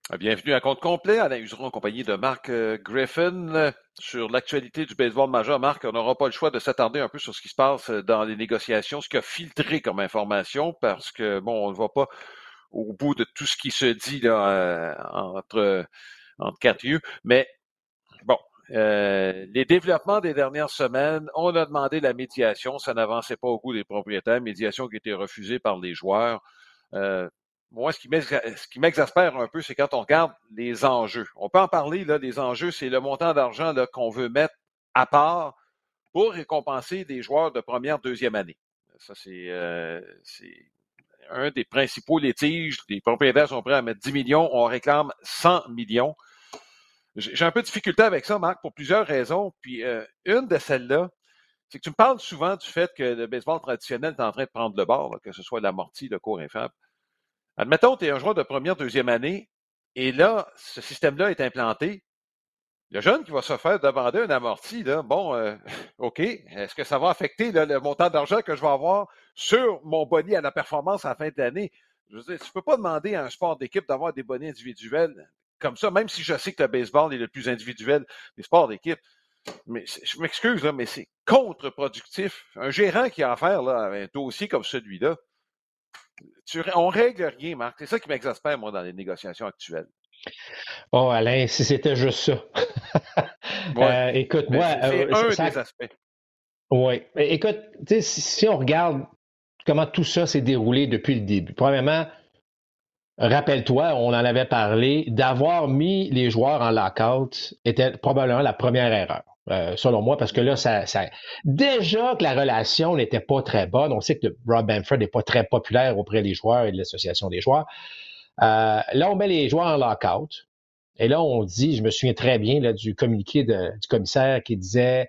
Bienvenue à compte complet, Alain Useron en compagnie de Marc Griffin sur l'actualité du baseball majeur. Marc, on n'aura pas le choix de s'attarder un peu sur ce qui se passe dans les négociations, ce qui a filtré comme information, parce que, bon, on ne va pas au bout de tout ce qui se dit là, entre quatre yeux, mais bon, les développements des dernières semaines, on a demandé la médiation, ça n'avançait pas au goût des propriétaires, médiation qui a été refusée par les joueurs. Moi, ce qui m'exaspère un peu, c'est quand on regarde les enjeux. On peut en parler, là, les enjeux, c'est le montant d'argent là, qu'on veut mettre à part pour récompenser des joueurs de première, deuxième année. Ça, c'est un des principaux litiges. Les propriétaires sont prêts à mettre 10 millions, on réclame 100 millions. J'ai un peu de difficulté avec ça, Marc, pour plusieurs raisons. Puis une de celles-là, c'est que tu me parles souvent du fait que le baseball traditionnel est en train de prendre le bord, là, que ce soit l'amorti, le court infable. Admettons, tu es un joueur de première, deuxième année, et là, ce système-là est implanté. Le jeune qui va se faire demander un amorti, là, bon, OK, est-ce que ça va affecter là, le montant d'argent que je vais avoir sur mon boni à la performance à la fin de l'année? Je veux dire, tu ne peux pas demander à un sport d'équipe d'avoir des bonnets individuels comme ça, même si je sais que le baseball est le plus individuel des sports d'équipe. Mais je m'excuse, là, mais c'est contre-productif. Un gérant qui a affaire là, à un dossier comme celui-là, on règle rien, Marc. C'est ça qui m'exaspère, moi, dans les négociations actuelles. Oh, Alain, si c'était juste ça. Oui, Écoute, mais moi, c'est un des aspects. ouais. Écoute, tu sais, si on regarde comment tout ça s'est déroulé depuis le début, premièrement, rappelle-toi, on en avait parlé, d'avoir mis les joueurs en lockout était probablement la première erreur. Selon moi, parce que là, déjà que la relation n'était pas très bonne, on sait que Rob Manfred n'est pas très populaire auprès des joueurs et de l'association des joueurs. Là, on met les joueurs en lockout. Et là, on dit, je me souviens très bien là, du communiqué du commissaire qui disait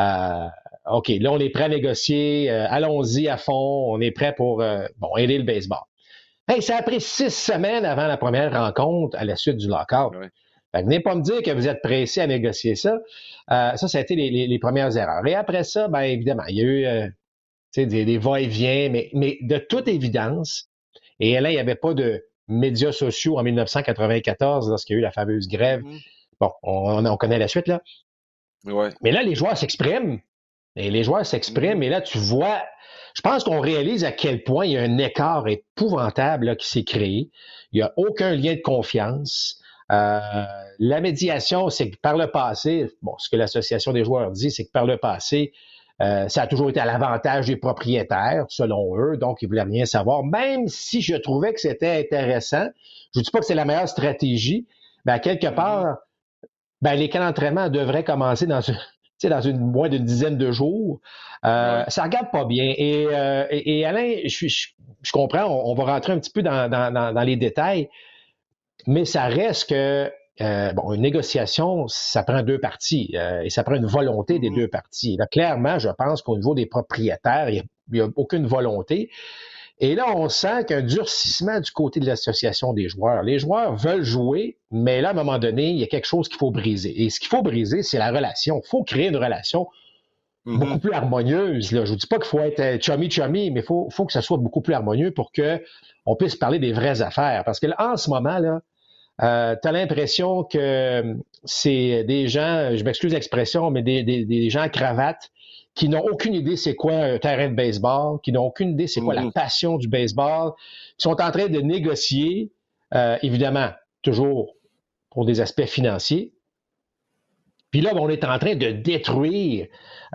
OK, là, on est prêt à négocier, allons-y à fond, on est prêt pour aider le baseball. Hey, ça a pris 6 semaines avant la première rencontre à la suite du lockout. Oui. Fait que venez pas me dire que vous êtes pressé à négocier ça. Ça a été les premières erreurs. Et après ça, bien évidemment, il y a eu des va-et-vient, mais de toute évidence, et là, il n'y avait pas de médias sociaux en 1994 lorsqu'il y a eu la fameuse grève. Mm-hmm. Bon, on connaît la suite, là. Oui. Mais là, les joueurs s'expriment. Et les joueurs s'expriment. Mm-hmm. Et là, tu vois, je pense qu'on réalise à quel point il y a un écart épouvantable là, qui s'est créé. Il n'y a aucun lien de confiance. La médiation, c'est que par le passé, bon, ce que l'association des joueurs dit, c'est que par le passé, ça a toujours été à l'avantage des propriétaires, selon eux, donc ils ne voulaient rien savoir, même si je trouvais que c'était intéressant. Je ne dis pas que c'est la meilleure stratégie, mais à quelque Mm-hmm. part, les camps d'entraînement devraient commencer dans moins d'une dizaine de jours. Oui. Ça regarde pas bien. Et Alain, je comprends, on va rentrer un petit peu dans les détails, mais ça reste que une négociation, ça prend deux parties et ça prend une volonté des Mm-hmm. deux parties. Là, clairement, je pense qu'au niveau des propriétaires, il n'y a aucune volonté. Et là, on sent qu'un durcissement du côté de l'association des joueurs. Les joueurs veulent jouer, mais là, à un moment donné, il y a quelque chose qu'il faut briser. Et ce qu'il faut briser, c'est la relation. Il faut créer une relation beaucoup Mm-hmm. plus harmonieuse. Là. Je ne dis pas qu'il faut être chummy, mais il faut que ça soit beaucoup plus harmonieux pour qu'on puisse parler des vraies affaires. Parce que là, en ce moment, là, tu as l'impression que c'est des gens, je m'excuse l'expression, mais des gens à cravate qui n'ont aucune idée c'est quoi un terrain de baseball, qui n'ont aucune idée c'est quoi la Mm-hmm. passion du baseball, qui sont en train de négocier, évidemment, toujours pour des aspects financiers. Puis là, on est en train de détruire.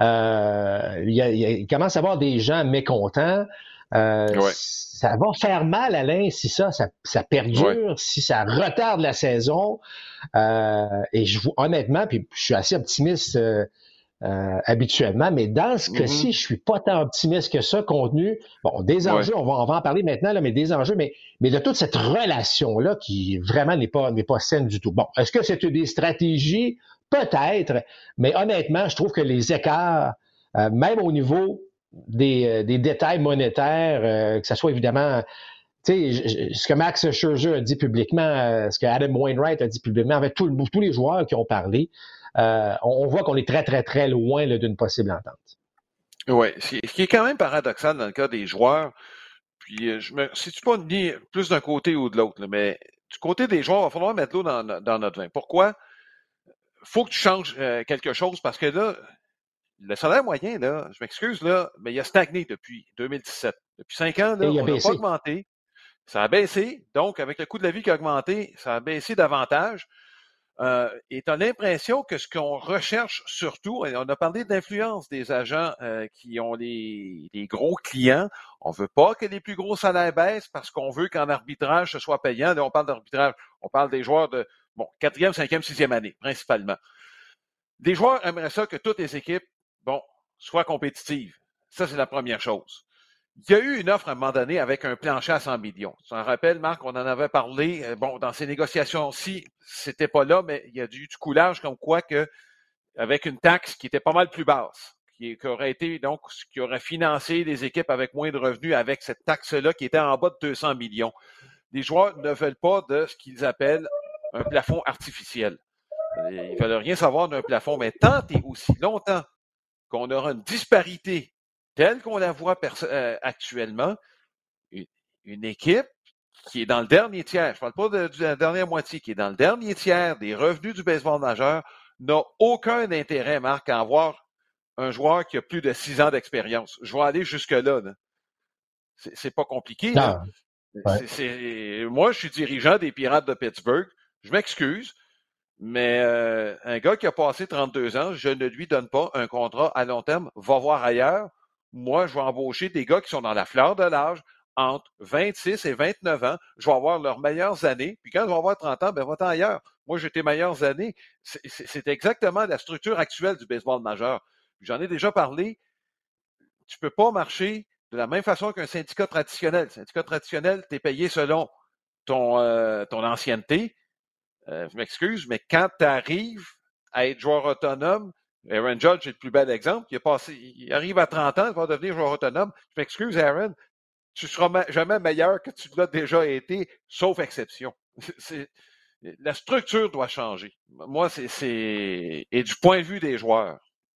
Il commence à y avoir des gens mécontents. Oui. Ça va faire mal, Alain, si ça Oui. perdure, si ça retarde la saison. Et honnêtement, puis je suis assez optimiste habituellement, mais dans ce Mm-hmm. cas-ci, je suis pas tant optimiste que ça, compte tenu, bon, des Oui. enjeux, on va en parler maintenant, là, mais des enjeux, mais de toute cette relation-là qui vraiment n'est pas saine du tout. Bon, est-ce que c'est des stratégies? Peut-être, mais honnêtement, je trouve que les écarts, même au niveau des détails monétaires, que ce soit évidemment tu sais, ce que Max Scherzer a dit publiquement, ce que Adam Wainwright a dit publiquement, avec tous les joueurs qui ont parlé, on voit qu'on est très, très, très loin là, d'une possible entente. Oui. Ce qui est quand même paradoxal dans le cas des joueurs, puis je me situe pas ni plus d'un côté ou de l'autre, là, mais du côté des joueurs, il va falloir mettre l'eau dans notre vin. Pourquoi? Faut que tu changes quelque chose parce que là, le salaire moyen, là, je m'excuse, là, mais il a stagné depuis 2017. Depuis 5 ans, Et là, il a on n'a pas baissé. augmenté. Ça a baissé. Donc, avec le coût de la vie qui a augmenté, ça a baissé davantage. Et tu as l'impression que ce qu'on recherche surtout, et on a parlé de l'influence des agents qui ont les gros clients. On veut pas que les plus gros salaires baissent parce qu'on veut qu'en arbitrage, ce soit payant. Là, on parle d'arbitrage, on parle des joueurs de 4e, 5e, 6e année, principalement. Les joueurs aimeraient ça que toutes les équipes, soient compétitives. Ça, c'est la première chose. Il y a eu une offre à un moment donné avec un plancher à 100 millions. Tu t'en rappelles, Marc, on en avait parlé. Dans ces négociations-ci, c'était pas là, mais il y a eu du coulage comme quoi que, avec une taxe qui était pas mal plus basse, qui aurait été, donc, qui aurait financé les équipes avec moins de revenus avec cette taxe-là qui était en bas de 200 millions. Les joueurs ne veulent pas de ce qu'ils appellent un plafond artificiel. Ils veulent rien savoir d'un plafond, mais tant et aussi longtemps qu'on aura une disparité telle qu'on la voit actuellement, une équipe qui est dans le dernier tiers, je ne parle pas de la dernière moitié, qui est dans le dernier tiers des revenus du baseball majeur, n'a aucun intérêt, Marc, à avoir un joueur qui a plus de 6 ans d'expérience. Je vais aller jusque-là. Là. C'est pas compliqué. Là. Ouais. Moi, je suis dirigeant des Pirates de Pittsburgh. Je m'excuse, mais un gars qui a passé 32 ans, je ne lui donne pas un contrat à long terme. Va voir ailleurs. Moi, je vais embaucher des gars qui sont dans la fleur de l'âge, entre 26 et 29 ans. Je vais avoir leurs meilleures années. Puis quand je vais avoir 30 ans, va-t'en ailleurs. Moi, j'ai tes meilleures années. C'est exactement la structure actuelle du baseball majeur. J'en ai déjà parlé. Tu peux pas marcher de la même façon qu'un syndicat traditionnel. Le syndicat traditionnel, tu es payé selon ton ancienneté. Je m'excuse, mais quand tu arrives à être joueur autonome, Aaron Judge est le plus bel exemple. Il arrive à 30 ans, il va devenir joueur autonome. Je m'excuse, Aaron, tu ne seras jamais meilleur que tu l'as déjà été, sauf exception. La structure doit changer. Moi, et du point de vue des joueurs.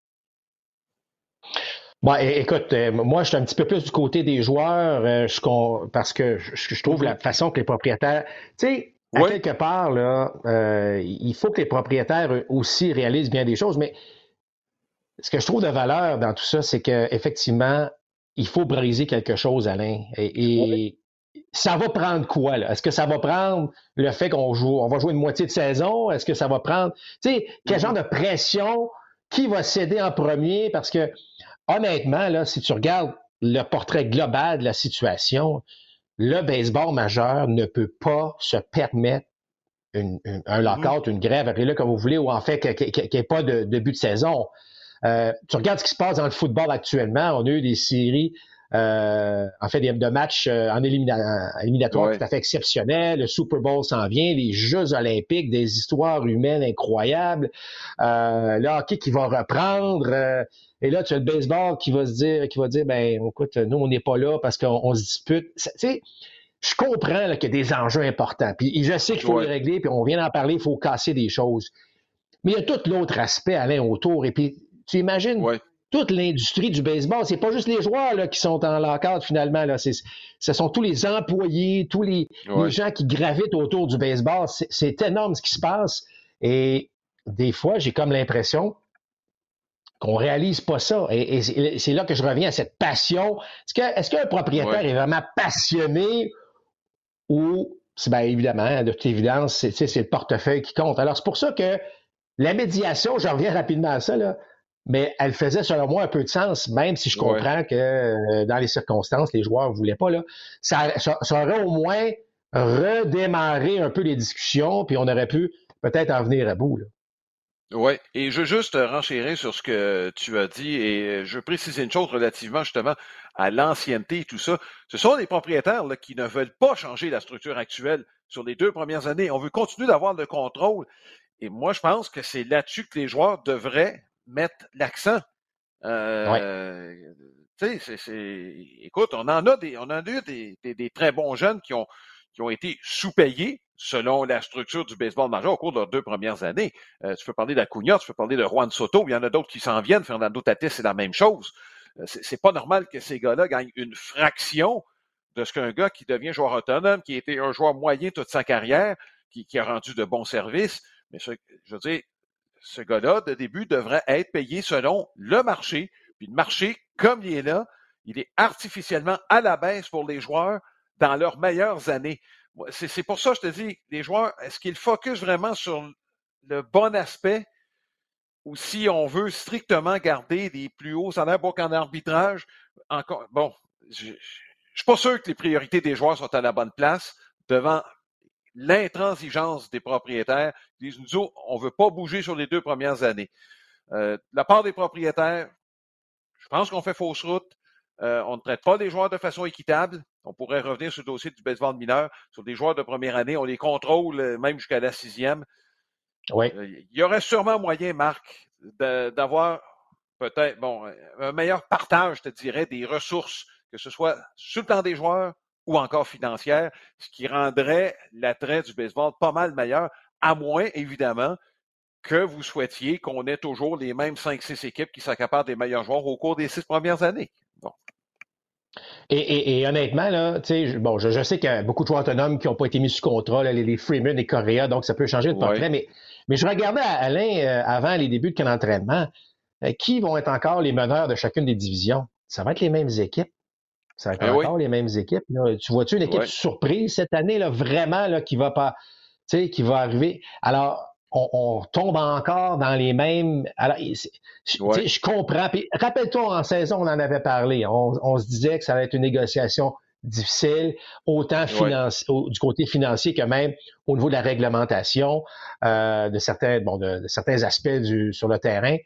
Bon, écoute, moi, je suis un petit peu plus du côté des joueurs parce que je trouve la façon que les propriétaires, tu sais, à quelque part, là, il faut que les propriétaires aussi réalisent bien des choses, mais ce que je trouve de valeur dans tout ça, c'est qu'effectivement, il faut briser quelque chose, Alain. Et ça va prendre quoi, là? Est-ce que ça va prendre le fait on va jouer une moitié de saison? Est-ce que ça va prendre, tu sais, quel genre de pression? Qui va céder en premier? Parce que, honnêtement, là, si tu regardes le portrait global de la situation, le baseball majeur ne peut pas se permettre un lockout, une grève, appelez-le comme vous voulez, ou en fait qu'il n'y ait pas de début de saison. Tu regardes ce qui se passe dans le football actuellement. On a eu des séries, de matchs en éliminatoire tout à fait exceptionnels. Le Super Bowl s'en vient, les Jeux olympiques, des histoires humaines incroyables. Le hockey qui va reprendre. Et là, tu as le baseball qui va dire, ben, écoute, nous, on n'est pas là parce qu'on se dispute. Tu sais, je comprends là, qu'il y a des enjeux importants. Puis je sais qu'il faut les régler, puis on vient d'en parler, il faut casser des choses. Mais il y a tout l'autre aspect, Alain, autour. Et puis, tu imagines toute l'industrie du baseball. C'est pas juste les joueurs là, qui sont en lockout, finalement. Là. Ce sont tous les employés, tous les gens qui gravitent autour du baseball. C'est énorme ce qui se passe. Et des fois, j'ai comme l'impression qu'on réalise pas ça. Et c'est là que je reviens à cette passion. Est-ce qu'un propriétaire est vraiment passionné ou, bien évidemment, de toute évidence, c'est le portefeuille qui compte. Alors, c'est pour ça que la médiation, je reviens rapidement à ça, là, mais elle faisait, selon moi, un peu de sens, même si je comprends que dans les circonstances, les joueurs ne voulaient pas. Là. Ça aurait au moins redémarré un peu les discussions, puis on aurait pu peut-être en venir à bout. Là. Oui, et je veux juste renchérir sur ce que tu as dit et je veux préciser une chose relativement justement à l'ancienneté et tout ça. Ce sont les propriétaires là, qui ne veulent pas changer la structure actuelle sur les 2 premières années. On veut continuer d'avoir le contrôle. Et moi, je pense que c'est là-dessus que les joueurs devraient mettre l'accent. Écoute, on en a eu des très bons jeunes qui ont été sous-payés selon la structure du baseball majeur au cours de leurs 2 premières années. Tu peux parler d'Acuna, tu peux parler de Juan Soto, il y en a d'autres qui s'en viennent. Fernando Tatis, c'est la même chose. C'est pas normal que ces gars-là gagnent une fraction de ce qu'un gars qui devient joueur autonome, qui a été un joueur moyen toute sa carrière, qui a rendu de bons services. Mais je veux dire, ce gars-là, de début, devrait être payé selon le marché. Puis le marché, comme il est là, il est artificiellement à la baisse pour les joueurs dans leurs meilleures années. C'est pour ça que je te dis, les joueurs, est-ce qu'ils focusent vraiment sur le bon aspect ou si on veut strictement garder des plus hauts salaires pour qu'en arbitrage, encore, bon, je suis pas sûr que les priorités des joueurs sont à la bonne place devant l'intransigeance des propriétaires. Ils disent, nous, on veut pas bouger sur les 2 premières années. La part des propriétaires, je pense qu'on fait fausse route. On ne traite pas les joueurs de façon équitable. On pourrait revenir sur le dossier du baseball mineur. Sur des joueurs de première année, on les contrôle même jusqu'à la 6e. Oui. Il y aurait sûrement moyen, Marc, d'avoir peut-être un meilleur partage, je te dirais, des ressources, que ce soit sur le plan des joueurs ou encore financière, ce qui rendrait l'attrait du baseball pas mal meilleur, à moins, évidemment, que vous souhaitiez qu'on ait toujours les mêmes 5-6 équipes qui s'accaparent des meilleurs joueurs au cours des 6 premières années. Bon. Et honnêtement, là, je sais qu'il y a beaucoup de joueurs autonomes qui n'ont pas été mis sous contrat, là, les Freeman et Correa, donc ça peut changer le portrait. Mais je regardais Alain avant les débuts de camp d'entraînement. Qui vont être encore les meneurs de chacune des divisions? Ça va être les mêmes équipes. Ça va être encore les mêmes équipes. Là. Tu vois-tu une équipe surprise cette année, là, vraiment, là, qui va arriver? Alors, on tombe encore dans les mêmes. Alors, je comprends. Puis, rappelle-toi, en saison, on en avait parlé. On se disait que ça allait être une négociation difficile, autant du côté financier que même au niveau de la réglementation, de certains aspects sur le terrain.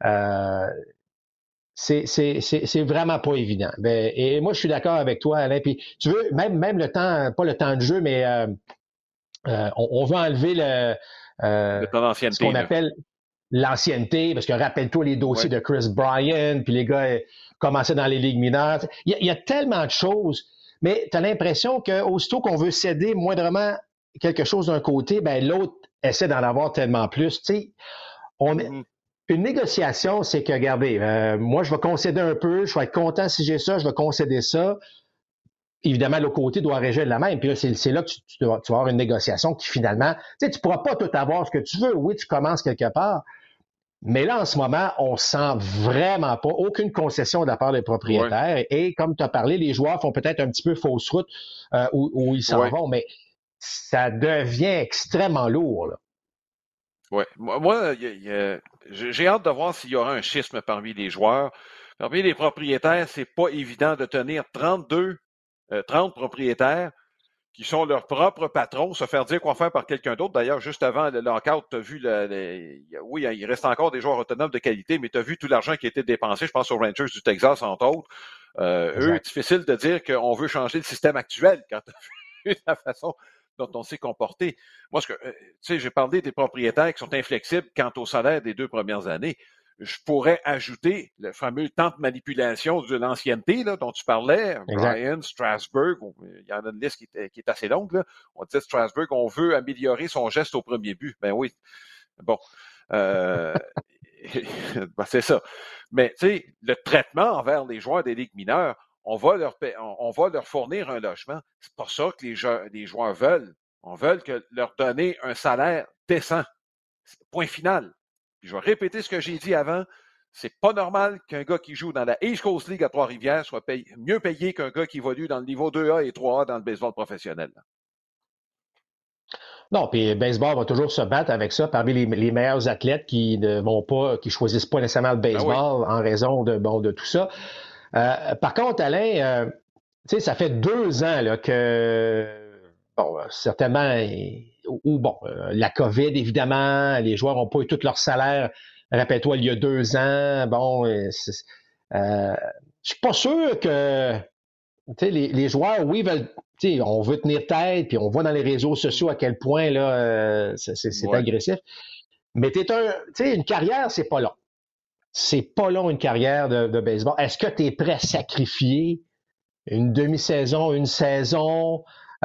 C'est vraiment pas évident. Et moi, je suis d'accord avec toi, Alain. Puis, tu veux, même le temps, pas le temps de jeu, mais on veut enlever ce qu'on appelle l'ancienneté, parce que rappelle-toi les dossiers de Chris Bryant, puis les gars commençaient dans les ligues mineures. Il y a tellement de choses, mais tu as l'impression qu'aussitôt qu'on veut céder moindrement quelque chose d'un côté, l'autre essaie d'en avoir tellement plus. Tu sais, une négociation, c'est que, regardez, moi, je vais concéder un peu, je vais être content si j'ai ça, je vais concéder ça. Évidemment, l'autre côté doit régir de la même. Puis là, c'est là que tu vas avoir une négociation qui, finalement, tu sais, tu pourras pas tout avoir ce que tu veux. Oui, tu commences quelque part. Mais là, en ce moment, on sent vraiment pas aucune concession de la part des propriétaires. Ouais. Et comme tu as parlé, les joueurs font peut-être un petit peu fausse route où ils s'en vont, mais ça devient extrêmement lourd, là. Oui. Moi, j'ai hâte de voir s'il y aura un schisme parmi les joueurs. Parmi les propriétaires, c'est pas évident de tenir 30 propriétaires qui sont leurs propres patrons, se faire dire quoi faire par quelqu'un d'autre. D'ailleurs, juste avant le lockout, tu as vu, oui, il reste encore des joueurs autonomes de qualité, mais tu as vu tout l'argent qui a été dépensé, je pense aux Rangers du Texas, entre autres. Eux, difficile de dire qu'on veut changer le système actuel quand tu as vu la façon dont on s'est comporté. Moi, tu sais, j'ai parlé des propriétaires qui sont inflexibles quant au salaire des 2 premières années. Je pourrais ajouter le fameux temps de manipulation de l'ancienneté là, dont tu parlais, Brian, Strasburg, il y en a une liste qui est assez longue. Là. On disait Strasburg, on veut améliorer son geste au premier but. Ben oui, bon, c'est ça. Mais tu sais, le traitement envers les joueurs des ligues mineures, on va leur fournir un logement. C'est pas ça que les joueurs veulent. On veut leur donner un salaire décent. Point final. Puis je vais répéter ce que j'ai dit avant. C'est pas normal qu'un gars qui joue dans la East Coast League à Trois-Rivières soit mieux payé qu'un gars qui évolue dans le niveau 2A et 3A dans le baseball professionnel. Non, puis le baseball va toujours se battre avec ça parmi les meilleurs athlètes qui choisissent pas nécessairement le baseball en raison de tout ça. Par contre, Alain, tu sais, ça fait 2 ans là, que certainement la COVID, évidemment, les joueurs n'ont pas eu tout leur salaire. Rappelle-toi, il y a 2 ans, je suis pas sûr que les joueurs, oui, veulent, on veut tenir tête, puis on voit dans les réseaux sociaux à quel point là, c'est agressif. Mais une carrière, c'est pas long. C'est pas long, une carrière de baseball. Est-ce que tu es prêt à sacrifier une demi-saison, une saison?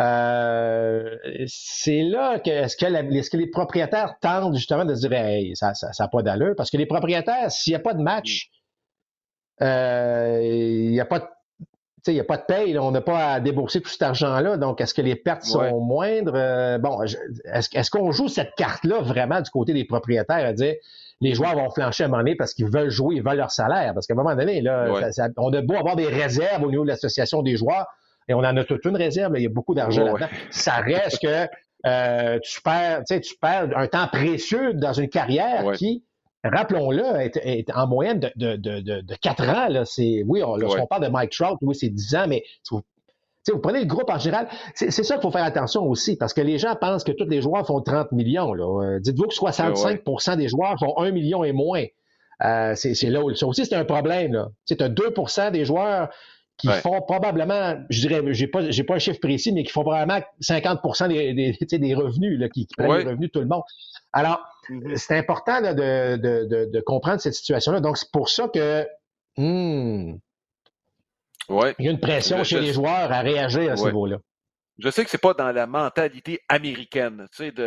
C'est là que est-ce que les propriétaires tentent justement de se dire hey, ça n'a pas d'allure? Parce que les propriétaires, s'il n'y a pas de match, il n'y a pas de il n'y a pas de paye, là, on n'a pas à débourser tout cet argent-là. Donc, est-ce que les pertes sont moindres? Est-ce qu'on joue cette carte-là vraiment du côté des propriétaires à dire les joueurs vont flancher à un moment donné parce qu'ils veulent jouer, ils veulent leur salaire? Parce qu'à un moment donné, là, on a beau avoir des réserves au niveau de l'association des joueurs, et on en a toute une réserve, là, il y a beaucoup d'argent là-dedans. Ça reste que tu perds un temps précieux dans une carrière qui, rappelons-le, est en moyenne de 4 ans. Là. Lorsqu'on parle de Mike Trout, oui, c'est 10 ans, mais vous prenez le groupe en général. C'est ça qu'il faut faire attention aussi, parce que les gens pensent que tous les joueurs font 30 millions. Là. Dites-vous que 65% des joueurs font 1 million et moins. C'est là où ça aussi, c'est un problème. Tu as 2% des joueurs qui font probablement, je dirais, j'ai pas un chiffre précis, mais qui font probablement 50% des revenus, là, qui prennent les revenus de tout le monde. Alors, c'est important là, de comprendre cette situation-là. Donc, c'est pour ça que il y a une pression chez les joueurs à réagir à ce niveau-là. Je sais que c'est pas dans la mentalité américaine, tu sais, de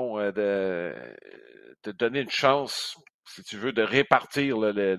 donner une chance, si tu veux, de répartir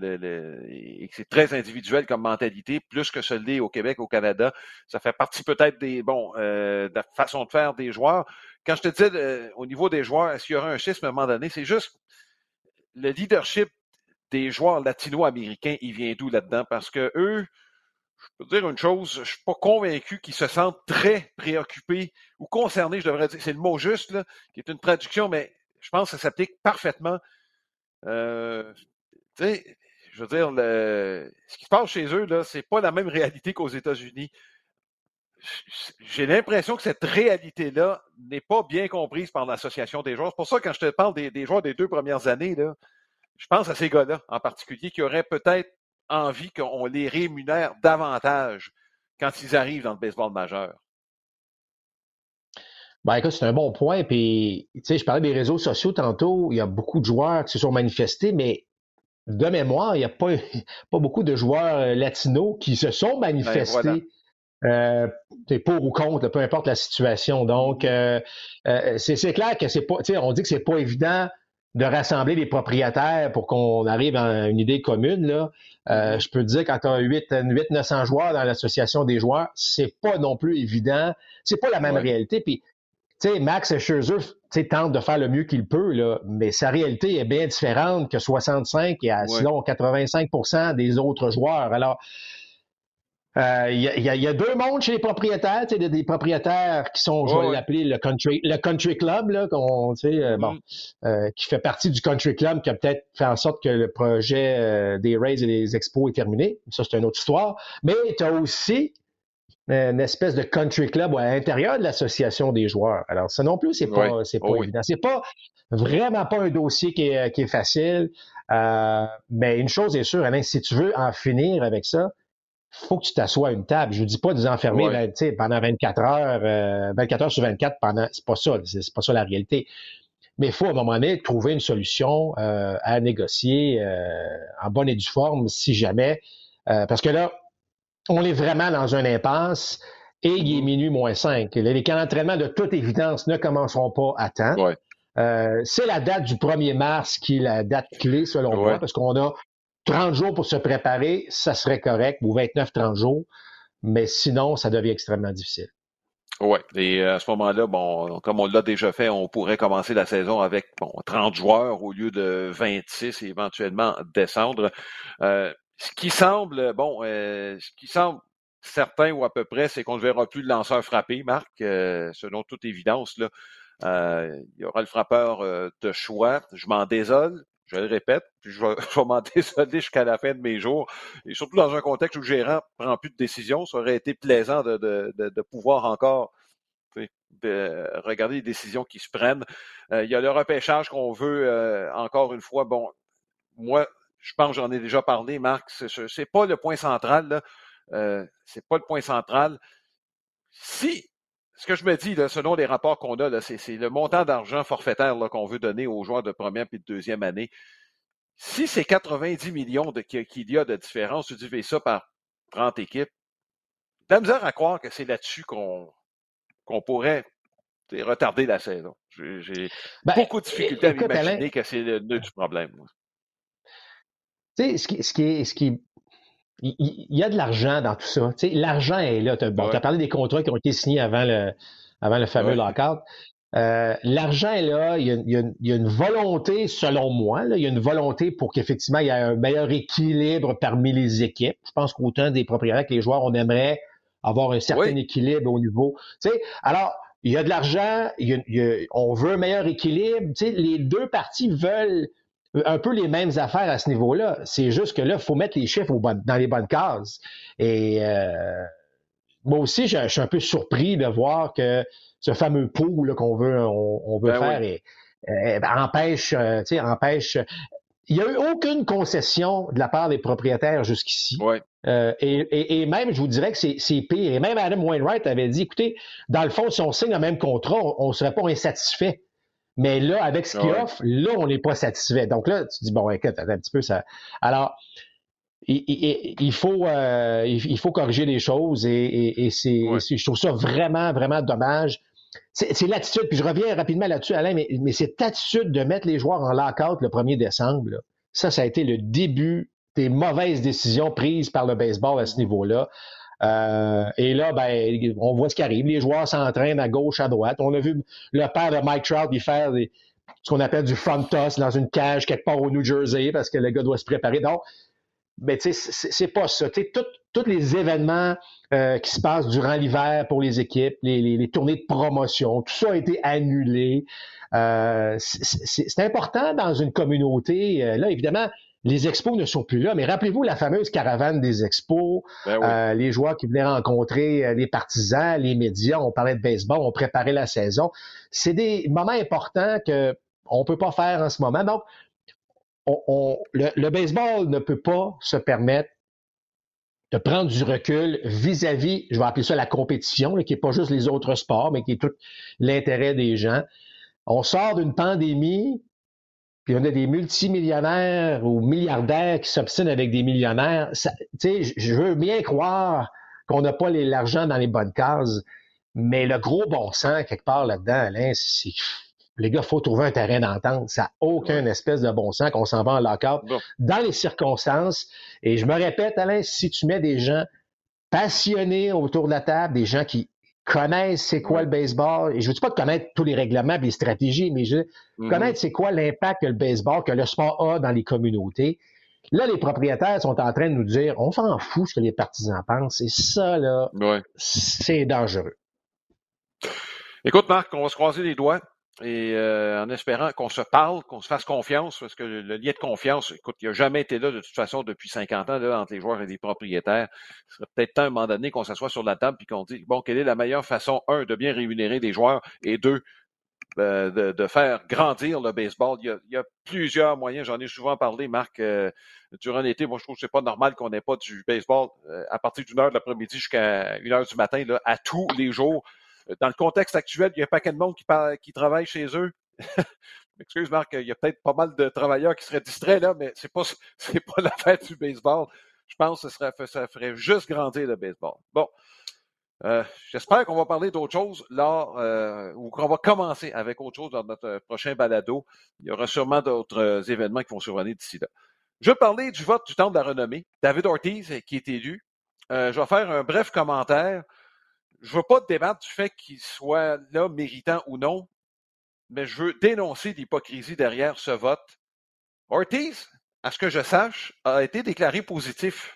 et que c'est très individuel comme mentalité, plus que ce l'est au Québec, au Canada. Ça fait partie peut-être de la façon de faire des joueurs. Quand je te disais au niveau des joueurs, est-ce qu'il y aura un schisme à un moment donné? C'est juste le leadership des joueurs latino-américains, il vient d'où là-dedans? Parce que eux, je peux te dire une chose, je suis pas convaincu qu'ils se sentent très préoccupés ou concernés, je devrais dire. C'est le mot juste, là, qui est une traduction, mais je pense que ça s'applique parfaitement. Tu sais, je veux dire, ce qui se passe chez eux, là, c'est pas la même réalité qu'aux États-Unis. J'ai l'impression que cette réalité-là n'est pas bien comprise par l'association des joueurs. C'est pour ça que quand je te parle des joueurs des 2 premières années, là, je pense à ces gars-là en particulier qui auraient peut-être envie qu'on les rémunère davantage quand ils arrivent dans le baseball majeur. Ben écoute, c'est un bon point. Puis, tu sais, je parlais des réseaux sociaux tantôt. Il y a beaucoup de joueurs qui se sont manifestés, mais de mémoire, il n'y a pas beaucoup de joueurs latinos qui se sont manifestés. Ben, voilà. Pour ou contre, peu importe la situation. Donc, c'est clair que c'est pas, on dit que c'est pas évident de rassembler les propriétaires pour qu'on arrive à une idée commune. Là. Je peux te dire, quand tu as 800-900 joueurs dans l'association des joueurs, c'est pas non plus évident. C'est pas la même réalité. Puis, tu sais, Max Scherzer tente de faire le mieux qu'il peut, là, mais sa réalité est bien différente que 65 et sinon 85% des autres joueurs. Alors, il y a 2 mondes chez les propriétaires, des propriétaires qui sont, je vais l'appeler le country club, là, qui fait partie du country club, qui a peut-être fait en sorte que le projet des Rays et des Expos est terminé. Ça, c'est une autre histoire. Mais tu as aussi une espèce de country club à l'intérieur de l'association des joueurs. Alors, ça non plus, c'est pas évident. C'est pas vraiment pas un dossier qui est facile. Mais une chose est sûre, Alain, si tu veux en finir avec ça, faut que tu t'assoies à une table. Je ne dis pas de les enfermer pendant 24 heures, 24 heures sur 24 c'est pas ça, c'est pas ça la réalité. Mais il faut à un moment donné trouver une solution à négocier en bonne et due forme, si jamais. Parce que là, on est vraiment dans une impasse et il est minuit moins 5. Les camps d'entraînement, de toute évidence, ne commenceront pas à temps. C'est la date du 1er mars qui est la date clé, selon moi, parce qu'on a 30 jours pour se préparer, ça serait correct, ou 29-30 jours, mais sinon, ça devient extrêmement difficile. Oui, et à ce moment-là, bon, comme on l'a déjà fait, on pourrait commencer la saison avec 30 joueurs au lieu de 26 et éventuellement descendre. Ce qui semble certain ou à peu près, c'est qu'on ne verra plus de lanceur frappé, Marc, selon toute évidence. Là, il y aura le frappeur de choix. Je m'en désole. Je le répète, puis je vais m'en désoler jusqu'à la fin de mes jours. Et surtout dans un contexte où le gérant ne prend plus de décision, ça aurait été plaisant de pouvoir encore regarder les décisions qui se prennent. Il y a le repêchage qu'on veut encore une fois. Bon, moi, je pense que j'en ai déjà parlé, Marc. C'est pas le point central, là. C'est pas le point central. Si ce que je me dis, là, selon les rapports qu'on a, là, c'est le montant d'argent forfaitaire là, qu'on veut donner aux joueurs de première et de deuxième année. Si c'est 90 millions qu'il y a de différence, tu divises ça par 30 équipes, de la misère à croire que c'est là-dessus qu'on pourrait retarder la saison. J'ai beaucoup de difficultés à m'imaginer que c'est le nœud du problème. Tu sais, ce qui il y a de l'argent dans tout ça. Tu sais, l'argent est là. Tu as parlé des contrats qui ont été signés avant le fameux lockout. L'argent est là. Il y a une volonté, selon moi, là, il y a une volonté pour qu'effectivement il y ait un meilleur équilibre parmi les équipes. Je pense qu'autant des propriétaires que les joueurs, on aimerait avoir un certain équilibre au niveau. Tu sais, alors, il y a de l'argent, on veut un meilleur équilibre. Tu sais, les deux parties veulent un peu les mêmes affaires à ce niveau-là. C'est juste que là, il faut mettre les chiffres dans les bonnes cases. Et moi aussi, je suis un peu surpris de voir que ce fameux pot là, on veut faire empêche. Il n'y a eu aucune concession de la part des propriétaires jusqu'ici. Ouais. Et même, je vous dirais que c'est pire. Et même Adam Wainwright avait dit, écoutez, dans le fond, si on signe le même contrat, on ne serait pas insatisfait. Mais là, avec ce qu'il offre, là, on n'est pas satisfait. Donc là, tu dis, bon, écoute, attends un petit peu ça. Alors, il faut corriger les choses et je trouve ça vraiment, vraiment dommage. C'est l'attitude, puis je reviens rapidement là-dessus, Alain, mais cette attitude de mettre les joueurs en lockout le 1er décembre, là, ça a été le début des mauvaises décisions prises par le baseball à ce niveau-là. Et là, ben, on voit ce qui arrive. Les joueurs s'entraînent à gauche, à droite. On a vu le père de Mike Trout y faire ce qu'on appelle du front toss dans une cage quelque part au New Jersey parce que le gars doit se préparer. Donc, ben, tu sais, c'est pas ça. Tu sais, tous les événements qui se passent durant l'hiver pour les équipes, les tournées de promotion, tout ça a été annulé. C'est important dans une communauté. Là, évidemment, les expos ne sont plus là, mais rappelez-vous la fameuse caravane des expos, les joueurs qui venaient rencontrer les partisans, les médias, on parlait de baseball, on préparait la saison. C'est des moments importants que on peut pas faire en ce moment. Donc, le baseball ne peut pas se permettre de prendre du recul vis-à-vis, je vais appeler ça la compétition, là, qui n'est pas juste les autres sports, mais qui est tout l'intérêt des gens. On sort d'une pandémie, puis on a des multimillionnaires ou milliardaires qui s'obstinent avec des millionnaires. Je veux bien croire qu'on n'a pas l'argent dans les bonnes cases, mais le gros bon sens, quelque part là-dedans, Alain, c'est les gars, il faut trouver un terrain d'entente. Ça n'a aucun espèce de bon sens qu'on s'en va en lockout dans les circonstances. Et je me répète, Alain, si tu mets des gens passionnés autour de la table, des gens qui connaissent c'est quoi le baseball, et je ne veux pas connaître tous les règlements et les stratégies, mais connaître c'est quoi l'impact que le baseball, que le sport a dans les communautés. Là, les propriétaires sont en train de nous dire, on s'en fout ce que les partisans pensent. Et ça, là, c'est dangereux. Écoute, Marc, on va se croiser les doigts. Et en espérant qu'on se parle, qu'on se fasse confiance, parce que le lien de confiance, écoute, il n'a jamais été là de toute façon depuis 50 ans là, entre les joueurs et les propriétaires. Ce serait peut-être temps à un moment donné qu'on s'assoie sur la table et qu'on dit, bon, quelle est la meilleure façon, un, de bien rémunérer des joueurs et deux, de faire grandir le baseball. Il y a plusieurs moyens, j'en ai souvent parlé, Marc, durant l'été. Moi, je trouve que c'est pas normal qu'on n'ait pas du baseball à partir d'1h de l'après-midi jusqu'à 1h du matin, là, à tous les jours. Dans le contexte actuel, il y a un paquet de monde qui travaille chez eux. Excuse, Marc, il y a peut-être pas mal de travailleurs qui seraient distraits, là, mais c'est pas la fête du baseball. Je pense que ça ferait juste grandir le baseball. Bon. J'espère qu'on va parler d'autre chose là, ou qu'on va commencer avec autre chose dans notre prochain balado. Il y aura sûrement d'autres événements qui vont survenir d'ici là. Je vais parler du vote du Temple de la renommée. David Ortiz, qui est élu. Je vais faire un bref commentaire. Je ne veux pas débattre du fait qu'il soit là, méritant ou non, mais je veux dénoncer l'hypocrisie derrière ce vote. Ortiz, à ce que je sache, a été déclaré positif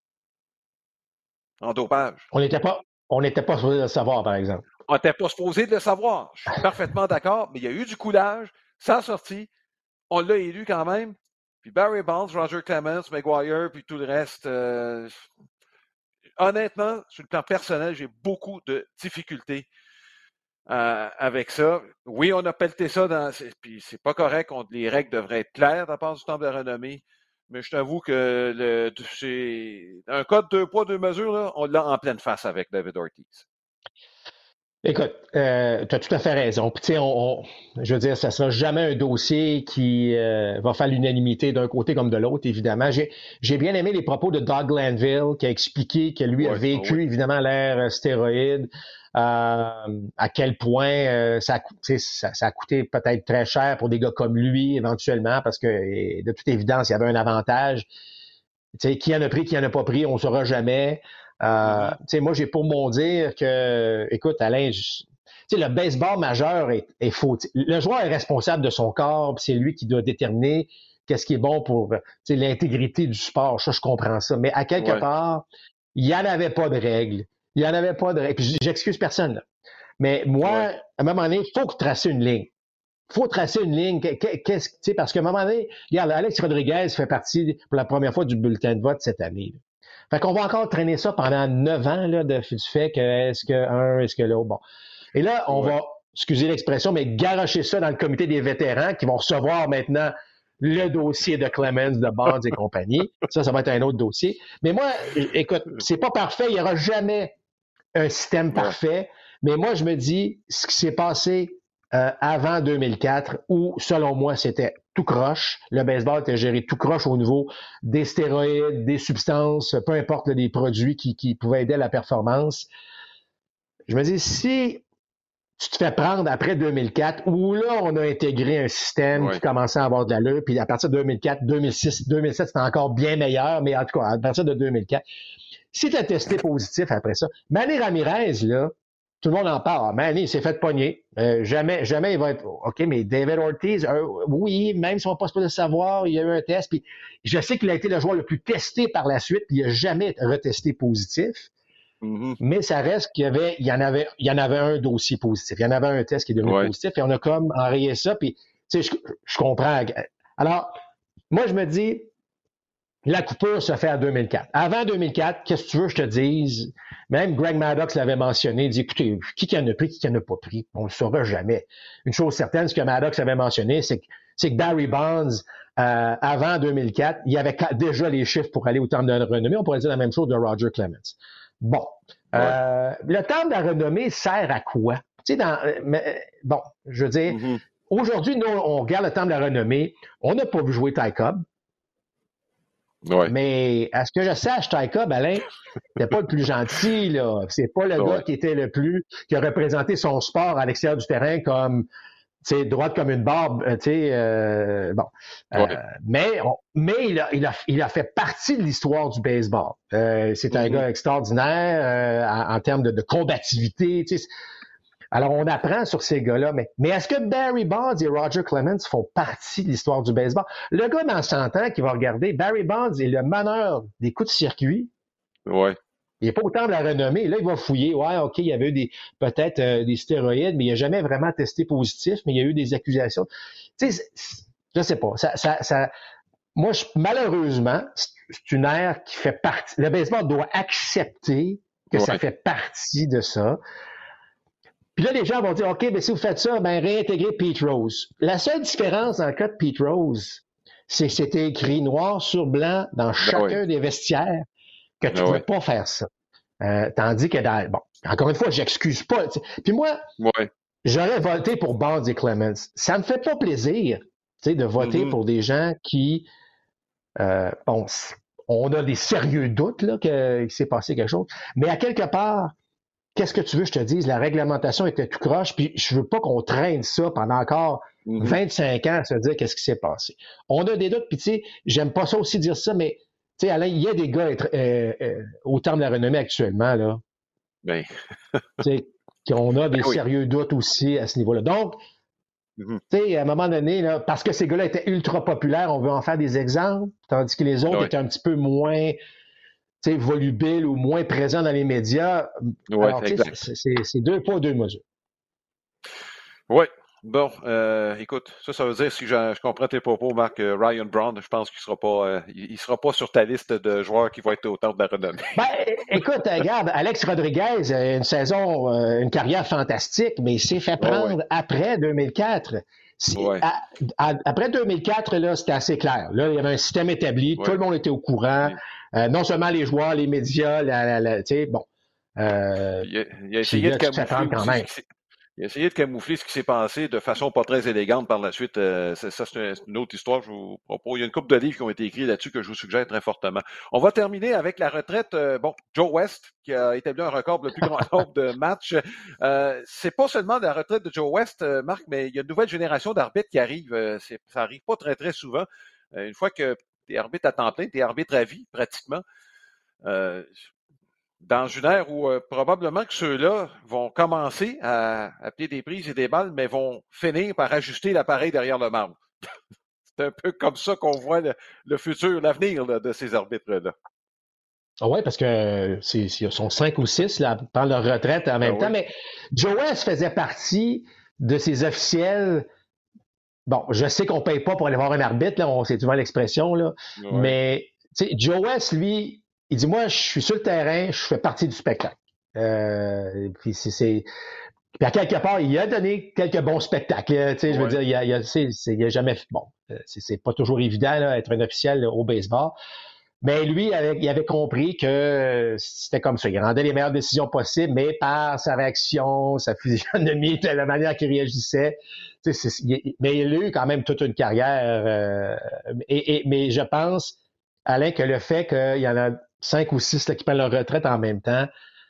en dopage. On n'était pas supposé le savoir, par exemple. On n'était pas supposé de le savoir. Je suis parfaitement d'accord, mais il y a eu du coulage, ça a sorti. On l'a élu quand même. Puis Barry Bonds, Roger Clemens, Maguire, puis tout le reste. Honnêtement, sur le plan personnel, j'ai beaucoup de difficultés avec ça. Oui, on a pelleté ça puis c'est pas correct. Les règles devraient être claires de la part du Temple de la renommée. Mais je t'avoue que c'est un code 2 poids, 2 mesures, là, on l'a en pleine face avec David Ortiz. Écoute, tu as tout à fait raison. Puis, tu sais, je veux dire, ça sera jamais un dossier qui va faire l'unanimité d'un côté comme de l'autre, évidemment. J'ai bien aimé les propos de Doug Glanville, qui a expliqué que lui a vécu, évidemment, l'ère stéroïde, à quel point ça a coûté peut-être très cher pour des gars comme lui, éventuellement, parce que, de toute évidence, il y avait un avantage. Qui en a pris, qui en a pas pris, on ne saura jamais. Moi, j'ai pour mon dire que, écoute, Alain, le baseball majeur est faux. Le joueur est responsable de son corps, c'est lui qui doit déterminer qu'est-ce qui est bon pour l'intégrité du sport. Ça, je comprends ça. Mais à quelque part, il n'y en avait pas de règles. Il n'y en avait pas de règles. Puis j'excuse personne, là. Mais moi, à un moment donné, il faut tracer une ligne. Il faut tracer une ligne. Parce qu'à un moment donné, regarde, Alex Rodriguez fait partie pour la première fois du bulletin de vote cette année. Là. Fait qu'on va encore traîner ça pendant 9 ans là, du fait que est-ce que un, est-ce que l'autre. Bon. Et là, on va, excusez l'expression, mais garocher ça dans le comité des vétérans qui vont recevoir maintenant le dossier de Clemens, de Bonds et compagnie. Ça va être un autre dossier. Mais moi, écoute, c'est pas parfait. Il n'y aura jamais un système parfait. Mais moi, je me dis, ce qui s'est passé avant 2004, où, selon moi, c'était tout croche. Le baseball était géré tout croche au niveau des stéroïdes, des substances, peu importe des produits qui pouvaient aider à la performance. Je me dis, si tu te fais prendre après 2004, où là, on a intégré un système qui commençait à avoir de l'allure, puis à partir de 2004, 2006, 2007, c'était encore bien meilleur, mais en tout cas, à partir de 2004, si tu as testé positif après ça, Manny Ramirez, là, tout le monde en parle. Manny, il s'est fait pogner. Jamais il va être... OK, mais David Ortiz, oui, même si on n'est pas supposé savoir, il y a eu un test. Puis je sais qu'il a été le joueur le plus testé par la suite, puis il n'a jamais retesté positif. Mais ça reste qu'il y en avait un dossier positif. Il y en avait un test qui est devenu positif, et on a comme enrayé ça. Puis, tu sais, je comprends. Alors, moi, je me dis, la coupure se fait en 2004. Avant 2004, qu'est-ce que tu veux que je te dise? Même Greg Maddox l'avait mentionné. Il dit, écoutez, qui en a pris, qui en a pas pris? On ne le saura jamais. Une chose certaine, ce que Maddox avait mentionné, c'est que Barry Bonds, avant 2004, il y avait déjà les chiffres pour aller au Temple de la Renommée. On pourrait dire la même chose de Roger Clemens. Bon. Le Temple de la Renommée sert à quoi? Tu sais, bon, je veux dire, aujourd'hui, nous, on regarde le Temple de la Renommée. On n'a pas vu jouer Ty Cobb. Mais à ce que je sache, Ty Cobb, Alain, c'était pas le plus gentil, là. C'est pas le gars qui a représenté son sport à l'extérieur du terrain comme, tu sais, droite comme une barbe, tu sais, bon. Mais il a fait partie de l'histoire du baseball. C'est un gars extraordinaire en termes de combativité, tu sais. Alors, on apprend sur ces gars-là, mais est-ce que Barry Bonds et Roger Clemens font partie de l'histoire du baseball? Le gars dans 100 ans qui va regarder, Barry Bonds est le meneur des coups de circuit. Il n'est pas autant de la renommée. Là, il va fouiller. Ouais, OK, il y avait eu peut-être des stéroïdes, mais il n'a jamais vraiment testé positif, mais il y a eu des accusations. Tu sais, je sais pas. Moi, malheureusement, c'est une ère qui fait partie. Le baseball doit accepter que ça fait partie de ça. Puis là, les gens vont dire, OK, mais si vous faites ça, ben réintégrez Pete Rose. La seule différence dans le cas de Pete Rose, c'est que c'était écrit noir sur blanc dans chacun des vestiaires que tu ne pouvais pas faire ça. Tandis que, bon, encore une fois, j'excuse pas. Puis moi, j'aurais voté pour Bonds et Clemens. Ça me fait pas plaisir de voter pour des gens qui, bon, on a des sérieux doutes là, qu'il s'est passé quelque chose. Mais à quelque part, qu'est-ce que tu veux que je te dise? La réglementation était tout croche, puis je veux pas qu'on traîne ça pendant encore 25 ans à se dire qu'est-ce qui s'est passé. On a des doutes, puis tu sais, j'aime pas ça aussi dire ça, mais tu sais, Alain, il y a des gars au terme de la renommée actuellement, là. Ben. Tu sais, qu'on a des sérieux doutes aussi à ce niveau-là. Donc, tu sais, à un moment donné, là, parce que ces gars-là étaient ultra populaires, on veut en faire des exemples, tandis que les autres étaient un petit peu moins volubile ou moins présent dans les médias. Alors, c'est 2 poids, 2 mesures. Oui. Bon, écoute, ça veut dire, si je comprends tes propos, Marc, Ryan Braun, je pense qu'il sera pas sur ta liste de joueurs qui vont être au temple de la renommée. Ben, écoute, regarde, Alex Rodriguez a une carrière fantastique, mais il s'est fait prendre après 2004. Après 2004, là, c'était assez clair. Là, il y avait un système établi, tout le monde était au courant. Non seulement les joueurs, les médias, tu sais, bon. Il a essayé de camoufler il a essayé de camoufler ce qui s'est passé de façon pas très élégante par la suite. Ça, c'est une autre histoire. Je vous propose. Il y a une couple de livres qui ont été écrits là-dessus que je vous suggère très fortement. On va terminer avec la retraite. Joe West, qui a établi un record pour le plus grand nombre de matchs. C'est pas seulement la retraite de Joe West, Marc, mais il y a une nouvelle génération d'arbitres qui arrive. Ça arrive pas très, très souvent. Une fois que t'es arbitre à temps plein, t'es arbitre à vie, pratiquement. Dans une ère où probablement que ceux-là vont commencer à appeler des prises et des balles, mais vont finir par ajuster l'appareil derrière le marbre. C'est un peu comme ça qu'on voit le futur, l'avenir de ces arbitres-là. Ah ouais, parce que ils sont 5 ou 6 là, pendant leur retraite en même temps. Oui. Mais Joe West faisait partie de ces officiels. Bon, je sais qu'on ne paye pas pour aller voir un arbitre, là, c'est souvent l'expression, là. Oui. Mais Joe West, lui, il dit moi, je suis sur le terrain, je fais partie du spectacle. Puis à quelque part, il a donné quelques bons spectacles. Je veux dire, il a jamais. Bon, c'est pas toujours évident là, être un officiel au baseball. Mais lui, il avait compris que c'était comme ça. Il rendait les meilleures décisions possibles, mais par sa réaction, sa physionomie, de la manière qu'il réagissait. Mais il a eu quand même toute une carrière. Mais je pense, Alain, que le fait qu'il y en a 5 ou 6 là, qui prennent leur retraite en même temps,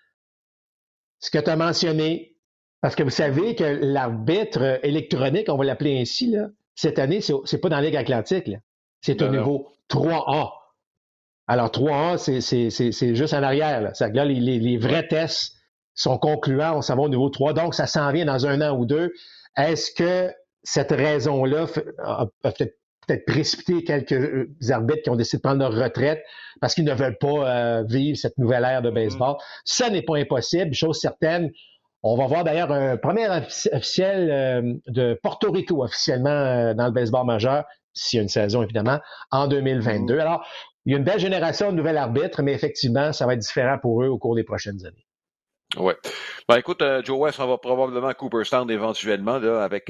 ce que tu as mentionné, parce que vous savez que l'arbitre électronique, on va l'appeler ainsi, là, cette année, c'est pas dans la Ligue Atlantique. Là. C'est au Non, non. niveau 3A. Alors, 3A, c'est juste en arrière. Là. C'est-à-dire que là, les vrais tests sont concluants, on s'en va au niveau 3. Donc, ça s'en vient dans 1 an ou 2. Est-ce que cette raison-là a peut-être précipité quelques arbitres qui ont décidé de prendre leur retraite parce qu'ils ne veulent pas vivre cette nouvelle ère de baseball? Ça n'est pas impossible. Chose certaine, on va voir d'ailleurs un premier officiel de Porto Rico officiellement dans le baseball majeur, s'il y a une saison évidemment, en 2022. Alors, il y a une belle génération de nouveaux arbitres, mais effectivement, ça va être différent pour eux au cours des prochaines années. Oui. Ben écoute, Joe West, on va probablement à Cooperstown éventuellement, là, avec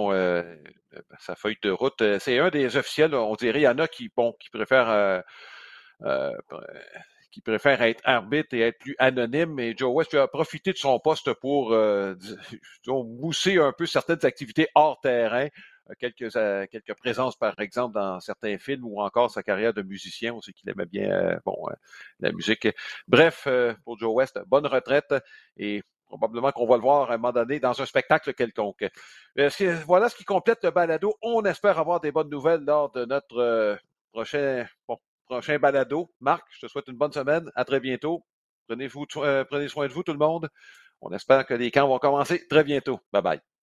sa feuille de route. C'est un des officiels, on dirait, il y en a qui préfèrent euh, qui préfère être arbitre et être plus anonyme, mais Joe West a profité de son poste pour mousser un peu certaines activités hors terrain, quelques présences, par exemple, dans certains films ou encore sa carrière de musicien. On sait qu'il aimait bien la musique. Bref, pour Joe West, bonne retraite et probablement qu'on va le voir à un moment donné dans un spectacle quelconque. Voilà ce qui complète le balado. On espère avoir des bonnes nouvelles lors de notre prochain balado. Marc, je te souhaite une bonne semaine. À très bientôt. Prenez soin de vous, tout le monde. On espère que les camps vont commencer très bientôt. Bye bye.